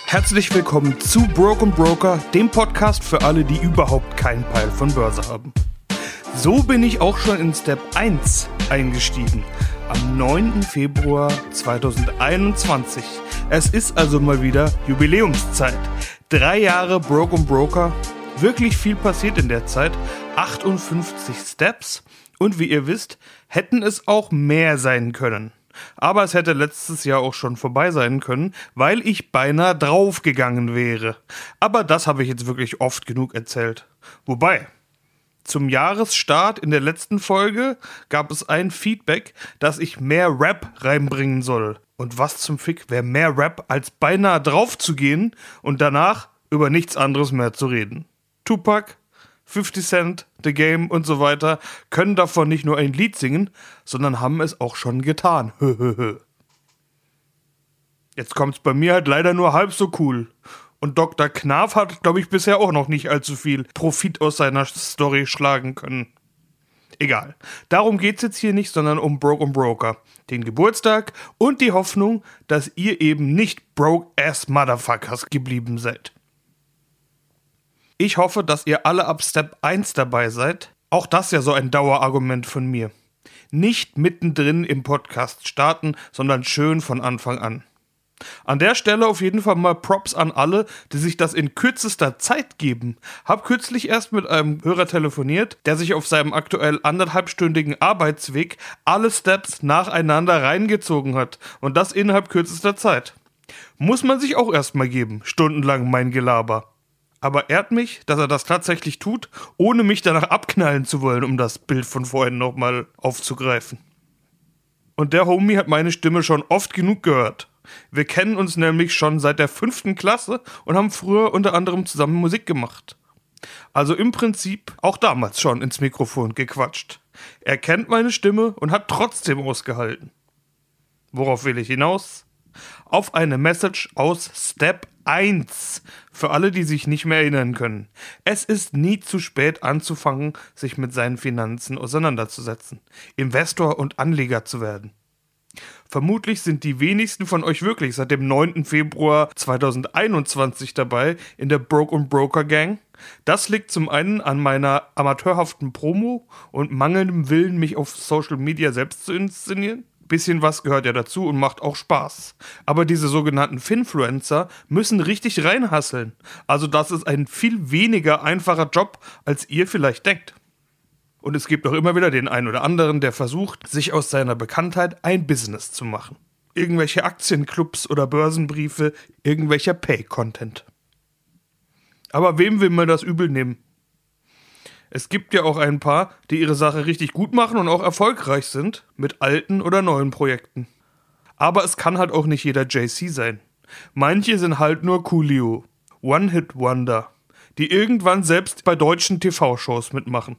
Herzlich willkommen zu Broke & Broker, dem Podcast für alle, die überhaupt keinen Peil von Börse haben. So bin ich auch schon in Step 1 eingestiegen, am 9. Februar 2021. Es ist also mal wieder Jubiläumszeit. 3 Jahre Broke & Broker, wirklich viel passiert in der Zeit, 58 Steps und wie ihr wisst, hätten es auch mehr sein können. Aber es hätte letztes Jahr auch schon vorbei sein können, weil ich beinahe draufgegangen wäre. Aber das habe ich jetzt wirklich oft genug erzählt. Wobei, zum Jahresstart in der letzten Folge gab es ein Feedback, dass ich mehr Rap reinbringen soll. Und was zum Fick wäre mehr Rap, als beinahe drauf zu gehen und danach über nichts anderes mehr zu reden. Tupac, 50 Cent, The Game und so weiter können davon nicht nur ein Lied singen, sondern haben es auch schon getan. Jetzt kommt's bei mir halt leider nur halb so cool. Und Dr. Knaf hat, glaube ich, bisher auch noch nicht allzu viel Profit aus seiner Story schlagen können. Egal. Darum geht's jetzt hier nicht, sondern um Broke & Broker. Den Geburtstag und die Hoffnung, dass ihr eben nicht Broke-Ass Motherfuckers geblieben seid. Ich hoffe, dass ihr alle ab Step 1 dabei seid. Auch das ja so ein Dauerargument von mir. Nicht mittendrin im Podcast starten, sondern schön von Anfang an. An der Stelle auf jeden Fall mal Props an alle, die sich das in kürzester Zeit geben. Hab kürzlich erst mit einem Hörer telefoniert, der sich auf seinem aktuell 1,5-stündigen Arbeitsweg alle Steps nacheinander reingezogen hat. Und das innerhalb kürzester Zeit. Muss man sich auch erstmal geben, stundenlang mein Gelaber. Aber ehrt mich, dass er das tatsächlich tut, ohne mich danach abknallen zu wollen, um das Bild von vorhin nochmal aufzugreifen. Und der Homie hat meine Stimme schon oft genug gehört. Wir kennen uns nämlich schon seit der 5. Klasse und haben früher unter anderem zusammen Musik gemacht. Also im Prinzip auch damals schon ins Mikrofon gequatscht. Er kennt meine Stimme und hat trotzdem ausgehalten. Worauf will ich hinaus? Auf eine Message aus Step 1. Für alle, die sich nicht mehr erinnern können. Es ist nie zu spät anzufangen, sich mit seinen Finanzen auseinanderzusetzen. Investor und Anleger zu werden. Vermutlich sind die wenigsten von euch wirklich seit dem 9. Februar 2021 dabei in der Broke & Broker Gang. Das liegt zum einen an meiner amateurhaften Promo und mangelndem Willen, mich auf Social Media selbst zu inszenieren. Bisschen was gehört ja dazu und macht auch Spaß. Aber diese sogenannten Finfluencer müssen richtig reinhasseln. Also das ist ein viel weniger einfacher Job, als ihr vielleicht denkt. Und es gibt auch immer wieder den einen oder anderen, der versucht, sich aus seiner Bekanntheit ein Business zu machen. Irgendwelche Aktienclubs oder Börsenbriefe, irgendwelcher Pay-Content. Aber wem will man das übel nehmen? Es gibt ja auch ein paar, die ihre Sache richtig gut machen und auch erfolgreich sind, mit alten oder neuen Projekten. Aber es kann halt auch nicht jeder JC sein. Manche sind halt nur Coolio, One-Hit-Wonder, die irgendwann selbst bei deutschen TV-Shows mitmachen.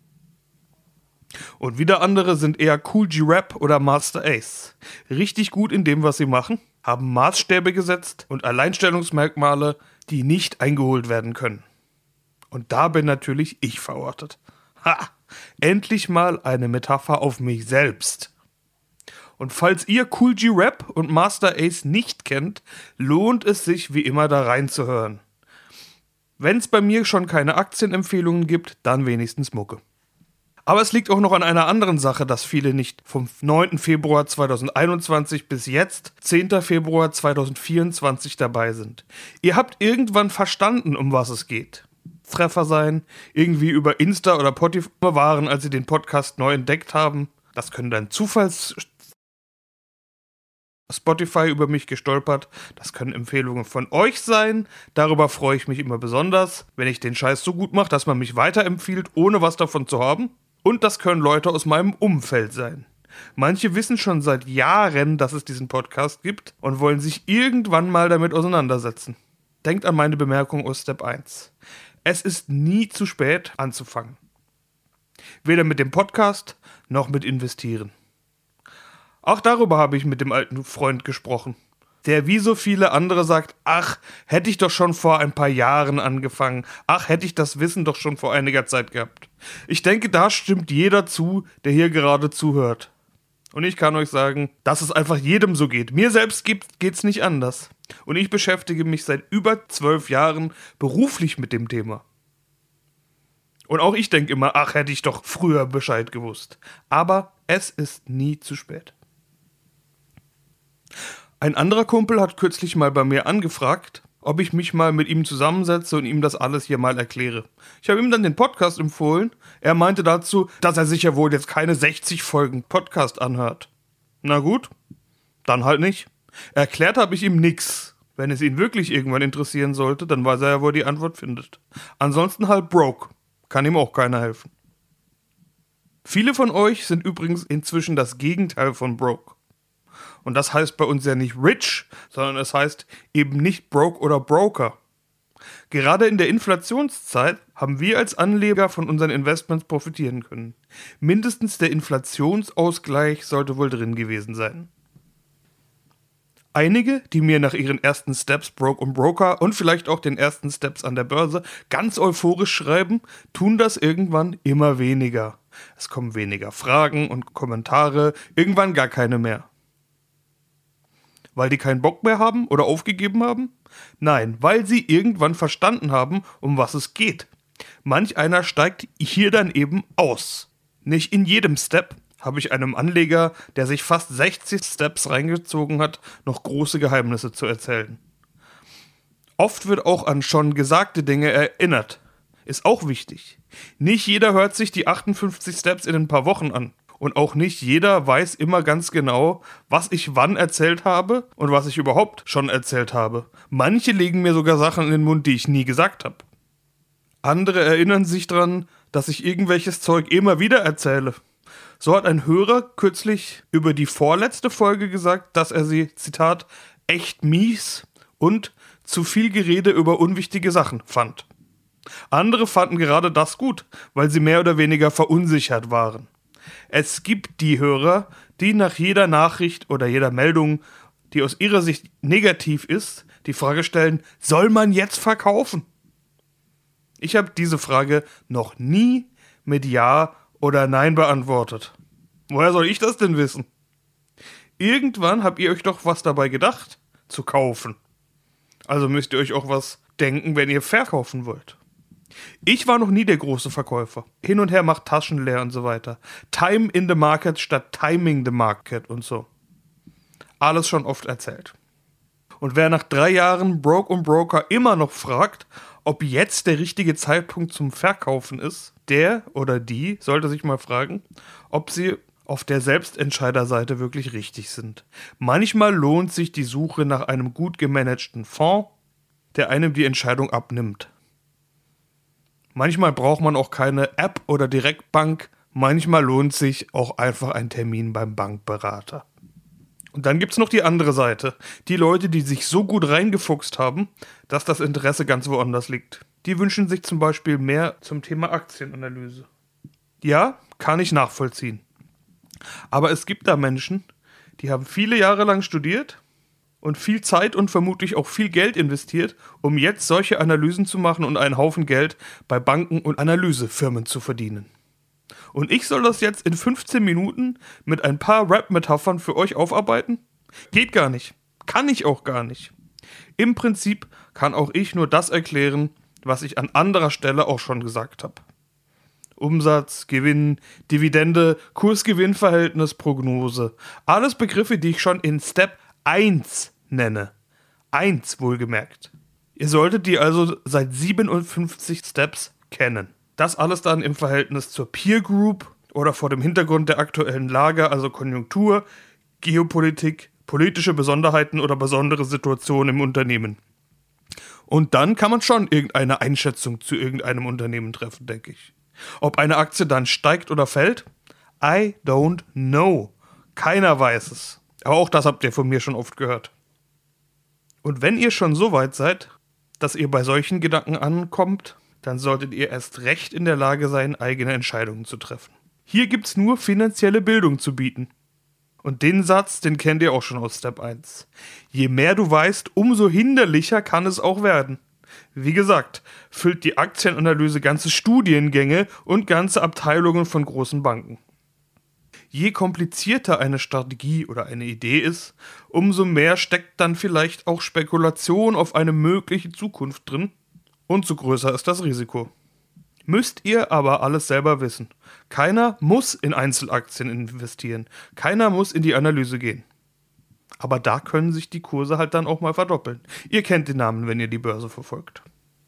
Und wieder andere sind eher Kool G Rap oder Master Ace. Richtig gut in dem, was sie machen, haben Maßstäbe gesetzt und Alleinstellungsmerkmale, die nicht eingeholt werden können. Und da bin natürlich ich verortet. Ha! Endlich mal eine Metapher auf mich selbst. Und falls ihr Kool G Rap und Master Ace nicht kennt, lohnt es sich wie immer da reinzuhören. Wenn es bei mir schon keine Aktienempfehlungen gibt, dann wenigstens Mucke. Aber es liegt auch noch an einer anderen Sache, dass viele nicht vom 9. Februar 2021 bis jetzt, 10. Februar 2024 dabei sind. Ihr habt irgendwann verstanden, um was es geht. Treffer sein, irgendwie über Insta oder Spotify waren, als sie den Podcast neu entdeckt haben. Das können dann Spotify über mich gestolpert. Das können Empfehlungen von euch sein. Darüber freue ich mich immer besonders, wenn ich den Scheiß so gut mache, dass man mich weiterempfiehlt, ohne was davon zu haben. Und das können Leute aus meinem Umfeld sein. Manche wissen schon seit Jahren, dass es diesen Podcast gibt und wollen sich irgendwann mal damit auseinandersetzen. Denkt an meine Bemerkung aus Step 1. Es ist nie zu spät anzufangen. Weder mit dem Podcast noch mit Investieren. Auch darüber habe ich mit dem alten Freund gesprochen, der wie so viele andere sagt, ach, hätte ich doch schon vor ein paar Jahren angefangen, ach, hätte ich das Wissen doch schon vor einiger Zeit gehabt. Ich denke, da stimmt jeder zu, der hier gerade zuhört. Und ich kann euch sagen, dass es einfach jedem so geht. Mir selbst geht's nicht anders. Und ich beschäftige mich seit über 12 Jahren beruflich mit dem Thema. Und auch ich denke immer, ach, hätte ich doch früher Bescheid gewusst. Aber es ist nie zu spät. Ein anderer Kumpel hat kürzlich mal bei mir angefragt, ob ich mich mal mit ihm zusammensetze und ihm das alles hier mal erkläre. Ich habe ihm dann den Podcast empfohlen. Er meinte dazu, dass er sich ja wohl jetzt keine 60 Folgen Podcast anhört. Na gut, dann halt nicht. Erklärt habe ich ihm nix. Wenn es ihn wirklich irgendwann interessieren sollte, dann weiß er ja, wo er die Antwort findet. Ansonsten halt broke. Kann ihm auch keiner helfen. Viele von euch sind übrigens inzwischen das Gegenteil von broke. Und das heißt bei uns ja nicht rich, sondern es heißt eben nicht broke oder broker. Gerade in der Inflationszeit haben wir als Anleger von unseren Investments profitieren können. Mindestens der Inflationsausgleich sollte wohl drin gewesen sein. Einige, die mir nach ihren ersten Steps Broke und Broker und vielleicht auch den ersten Steps an der Börse ganz euphorisch schreiben, tun das irgendwann immer weniger. Es kommen weniger Fragen und Kommentare, irgendwann gar keine mehr. Weil die keinen Bock mehr haben oder aufgegeben haben? Nein, weil sie irgendwann verstanden haben, um was es geht. Manch einer steigt hier dann eben aus. Nicht in jedem Step habe ich einem Anleger, der sich fast 60 Steps reingezogen hat, noch große Geheimnisse zu erzählen. Oft wird auch an schon gesagte Dinge erinnert. Ist auch wichtig. Nicht jeder hört sich die 58 Steps in ein paar Wochen an. Und auch nicht jeder weiß immer ganz genau, was ich wann erzählt habe und was ich überhaupt schon erzählt habe. Manche legen mir sogar Sachen in den Mund, die ich nie gesagt habe. Andere erinnern sich dran, dass ich irgendwelches Zeug immer wieder erzähle. So hat ein Hörer kürzlich über die vorletzte Folge gesagt, dass er sie, Zitat, echt mies und zu viel Gerede über unwichtige Sachen fand. Andere fanden gerade das gut, weil sie mehr oder weniger verunsichert waren. Es gibt die Hörer, die nach jeder Nachricht oder jeder Meldung, die aus ihrer Sicht negativ ist, die Frage stellen, soll man jetzt verkaufen? Ich habe diese Frage noch nie mit Ja oder Nein beantwortet. Woher soll ich das denn wissen? Irgendwann habt ihr euch doch was dabei gedacht, zu kaufen. Also müsst ihr euch auch was denken, wenn ihr verkaufen wollt. Ich war noch nie der große Verkäufer. Hin und her macht Taschen leer und so weiter. Time in the market statt timing the market und so. Alles schon oft erzählt. Und wer nach 3 Jahren Broke und Broker immer noch fragt, ob jetzt der richtige Zeitpunkt zum Verkaufen ist, der oder die sollte sich mal fragen, ob sie auf der Selbstentscheiderseite wirklich richtig sind. Manchmal lohnt sich die Suche nach einem gut gemanagten Fonds, der einem die Entscheidung abnimmt. Manchmal braucht man auch keine App oder Direktbank. Manchmal lohnt sich auch einfach ein Termin beim Bankberater. Und dann gibt's noch die andere Seite. Die Leute, die sich so gut reingefuchst haben, dass das Interesse ganz woanders liegt. Die wünschen sich zum Beispiel mehr zum Thema Aktienanalyse. Ja, kann ich nachvollziehen. Aber es gibt da Menschen, die haben viele Jahre lang studiert und viel Zeit und vermutlich auch viel Geld investiert, um jetzt solche Analysen zu machen und einen Haufen Geld bei Banken und Analysefirmen zu verdienen. Und ich soll das jetzt in 15 Minuten mit ein paar Rap-Metaphern für euch aufarbeiten? Geht gar nicht. Kann ich auch gar nicht. Im Prinzip kann auch ich nur das erklären, was ich an anderer Stelle auch schon gesagt habe. Umsatz, Gewinn, Dividende, Kurs-Gewinn-Verhältnis, Prognose. Alles Begriffe, die ich schon in Step 1 nenne. 1 wohlgemerkt. Ihr solltet die also seit 57 Steps kennen. Das alles dann im Verhältnis zur Peer Group oder vor dem Hintergrund der aktuellen Lage, also Konjunktur, Geopolitik, politische Besonderheiten oder besondere Situationen im Unternehmen. Und dann kann man schon irgendeine Einschätzung zu irgendeinem Unternehmen treffen, denke ich. Ob eine Aktie dann steigt oder fällt? I don't know. Keiner weiß es. Aber auch das habt ihr von mir schon oft gehört. Und wenn ihr schon so weit seid, dass ihr bei solchen Gedanken ankommt, dann solltet ihr erst recht in der Lage sein, eigene Entscheidungen zu treffen. Hier gibt's nur finanzielle Bildung zu bieten. Und den Satz, den kennt ihr auch schon aus Step 1. Je mehr du weißt, umso hinderlicher kann es auch werden. Wie gesagt, füllt die Aktienanalyse ganze Studiengänge und ganze Abteilungen von großen Banken. Je komplizierter eine Strategie oder eine Idee ist, umso mehr steckt dann vielleicht auch Spekulation auf eine mögliche Zukunft drin und so größer ist das Risiko. Müsst ihr aber alles selber wissen. Keiner muss in Einzelaktien investieren, keiner muss in die Analyse gehen. Aber da können sich die Kurse halt dann auch mal verdoppeln. Ihr kennt den Namen, wenn ihr die Börse verfolgt.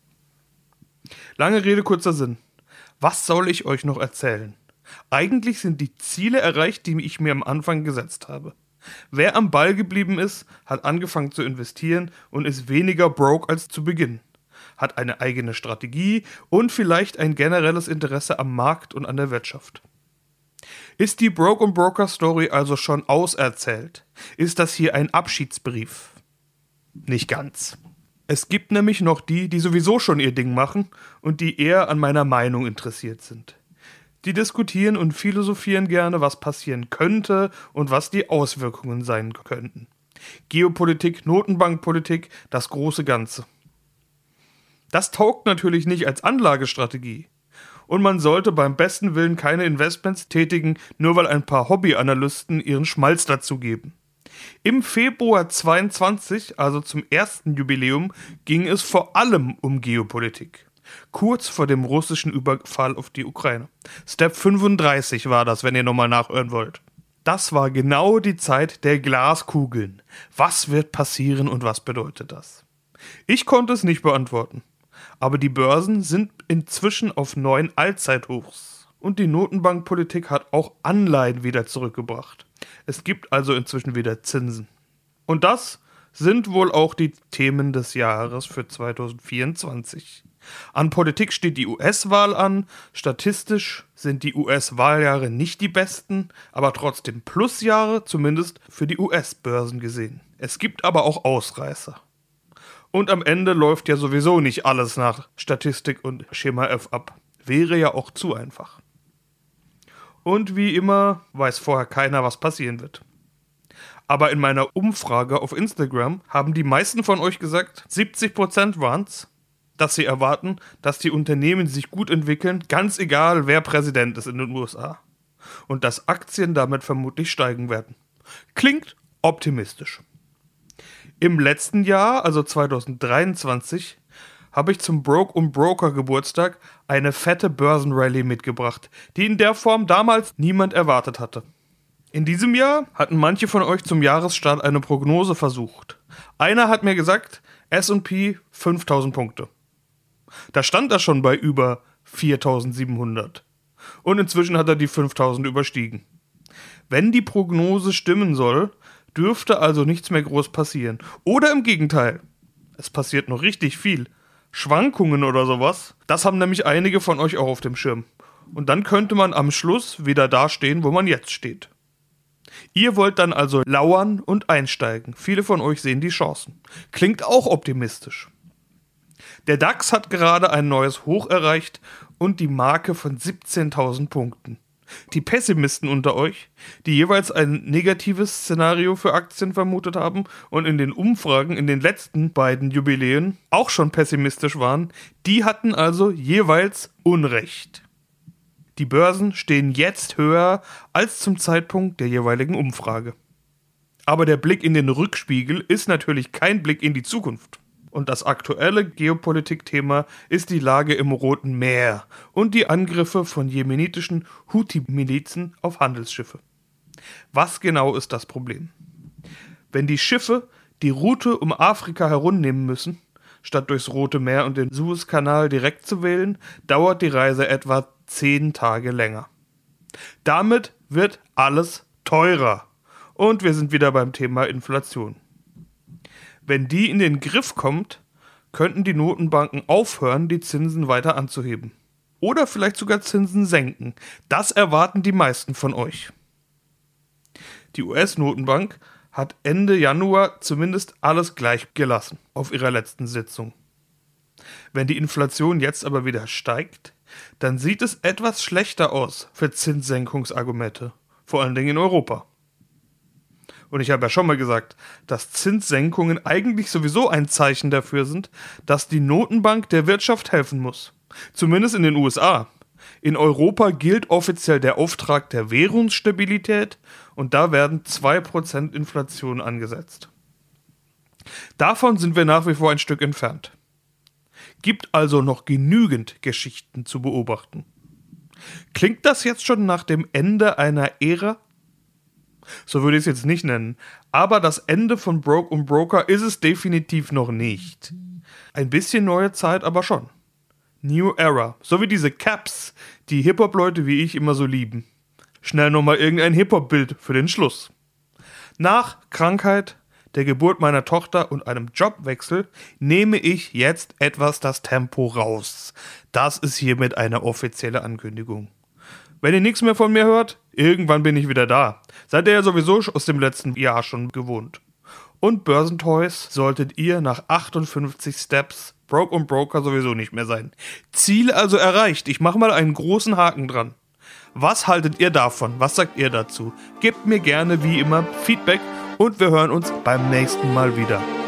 Lange Rede, kurzer Sinn. Was soll ich euch noch erzählen? Eigentlich sind die Ziele erreicht, die ich mir am Anfang gesetzt habe. Wer am Ball geblieben ist, hat angefangen zu investieren und ist weniger broke als zu Beginn. Hat eine eigene Strategie und vielleicht ein generelles Interesse am Markt und an der Wirtschaft. Ist die Broke und Broker Story also schon auserzählt? Ist das hier ein Abschiedsbrief? Nicht ganz. Es gibt nämlich noch die sowieso schon ihr Ding machen und die eher an meiner Meinung interessiert sind. Die diskutieren und philosophieren gerne, was passieren könnte und was die Auswirkungen sein könnten. Geopolitik, Notenbankpolitik, das große Ganze. Das taugt natürlich nicht als Anlagestrategie. Und man sollte beim besten Willen keine Investments tätigen, nur weil ein paar Hobbyanalysten ihren Schmalz dazugeben. Im Februar 22, also zum ersten Jubiläum, ging es vor allem um Geopolitik. Kurz vor dem russischen Überfall auf die Ukraine. Step 35 war das, wenn ihr nochmal nachhören wollt. Das war genau die Zeit der Glaskugeln. Was wird passieren und was bedeutet das? Ich konnte es nicht beantworten. Aber die Börsen sind inzwischen auf neuen Allzeithochs. Und die Notenbankpolitik hat auch Anleihen wieder zurückgebracht. Es gibt also inzwischen wieder Zinsen. Und das sind wohl auch die Themen des Jahres für 2024. An Politik steht die US-Wahl an. Statistisch sind die US-Wahljahre nicht die besten, aber trotzdem Plusjahre, zumindest für die US-Börsen gesehen. Es gibt aber auch Ausreißer. Und am Ende läuft ja sowieso nicht alles nach Statistik und Schema F ab. Wäre ja auch zu einfach. Und wie immer weiß vorher keiner, was passieren wird. Aber in meiner Umfrage auf Instagram haben die meisten von euch gesagt, 70% waren's, dass sie erwarten, dass die Unternehmen sich gut entwickeln, ganz egal, wer Präsident ist in den USA. Und dass Aktien damit vermutlich steigen werden. Klingt optimistisch. Im letzten Jahr, also 2023, habe ich zum Broke und Broker Geburtstag eine fette Börsenrallye mitgebracht, die in der Form damals niemand erwartet hatte. In diesem Jahr hatten manche von euch zum Jahresstart eine Prognose versucht. Einer hat mir gesagt, S&P 5000 Punkte. Da stand er schon bei über 4700. Und inzwischen hat er die 5000 überstiegen. Wenn die Prognose stimmen soll, dürfte also nichts mehr groß passieren. Oder im Gegenteil, es passiert noch richtig viel. Schwankungen oder sowas, das haben nämlich einige von euch auch auf dem Schirm. Und dann könnte man am Schluss wieder da stehen, wo man jetzt steht. Ihr wollt dann also lauern und einsteigen. Viele von euch sehen die Chancen. Klingt auch optimistisch. Der DAX hat gerade ein neues Hoch erreicht und die Marke von 17.000 Punkten. Die Pessimisten unter euch, die jeweils ein negatives Szenario für Aktien vermutet haben und in den Umfragen in den letzten beiden Jubiläen auch schon pessimistisch waren, die hatten also jeweils Unrecht. Die Börsen stehen jetzt höher als zum Zeitpunkt der jeweiligen Umfrage. Aber der Blick in den Rückspiegel ist natürlich kein Blick in die Zukunft. Und das aktuelle Geopolitikthema ist die Lage im Roten Meer und die Angriffe von jemenitischen Houthi-Milizen auf Handelsschiffe. Was genau ist das Problem? Wenn die Schiffe die Route um Afrika herumnehmen müssen, statt durchs Rote Meer und den Suezkanal direkt zu wählen, dauert die Reise etwa 10 Tage länger. Damit wird alles teurer. Und wir sind wieder beim Thema Inflation. Wenn die in den Griff kommt, könnten die Notenbanken aufhören, die Zinsen weiter anzuheben. Oder vielleicht sogar Zinsen senken. Das erwarten die meisten von euch. Die US-Notenbank hat Ende Januar zumindest alles gleich gelassen auf ihrer letzten Sitzung. Wenn die Inflation jetzt aber wieder steigt, dann sieht es etwas schlechter aus für Zinssenkungsargumente, vor allen Dingen in Europa. Und ich habe ja schon mal gesagt, dass Zinssenkungen eigentlich sowieso ein Zeichen dafür sind, dass die Notenbank der Wirtschaft helfen muss. Zumindest in den USA. In Europa gilt offiziell der Auftrag der Währungsstabilität und da werden 2% Inflation angesetzt. Davon sind wir nach wie vor ein Stück entfernt. Gibt also noch genügend Geschichten zu beobachten. Klingt das jetzt schon nach dem Ende einer Ära? So würde ich es jetzt nicht nennen, aber das Ende von Broke und Broker ist es definitiv noch nicht. Ein bisschen neue Zeit aber schon. New Era, so wie diese Caps, die Hip-Hop-Leute wie ich immer so lieben. Schnell nochmal irgendein Hip-Hop-Bild für den Schluss. Nach Krankheit, der Geburt meiner Tochter und einem Jobwechsel nehme ich jetzt etwas das Tempo raus. Das ist hiermit eine offizielle Ankündigung. Wenn ihr nichts mehr von mir hört, irgendwann bin ich wieder da. Seid ihr ja sowieso aus dem letzten Jahr schon gewohnt. Und Börsentoys solltet ihr nach 58 Steps Broke und Broker sowieso nicht mehr sein. Ziel also erreicht. Ich mache mal einen großen Haken dran. Was haltet ihr davon? Was sagt ihr dazu? Gebt mir gerne wie immer Feedback und wir hören uns beim nächsten Mal wieder.